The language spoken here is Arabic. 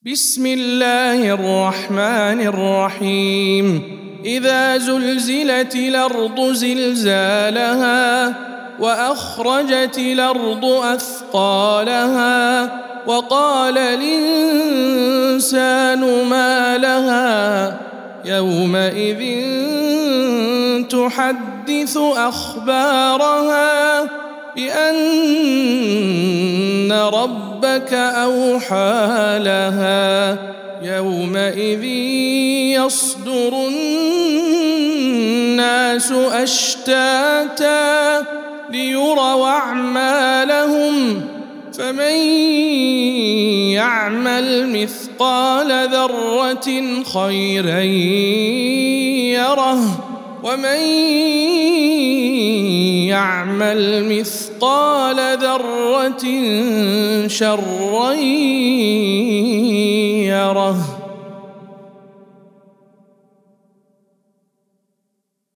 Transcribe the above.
بسم الله الرحمن الرحيم إذا زلزلت الأرض زلزالها وأخرجت الأرض أثقالها وقال الإنسان ما لها يومئذ تحدث أخبارها بأن ربك أوحى لها يومئذ يصدر الناس أشتاتا ليروا أعمالهم فمن يعمل مثقال ذرة خيرا يره ومن يعمل مثقال ذرة شرا يره.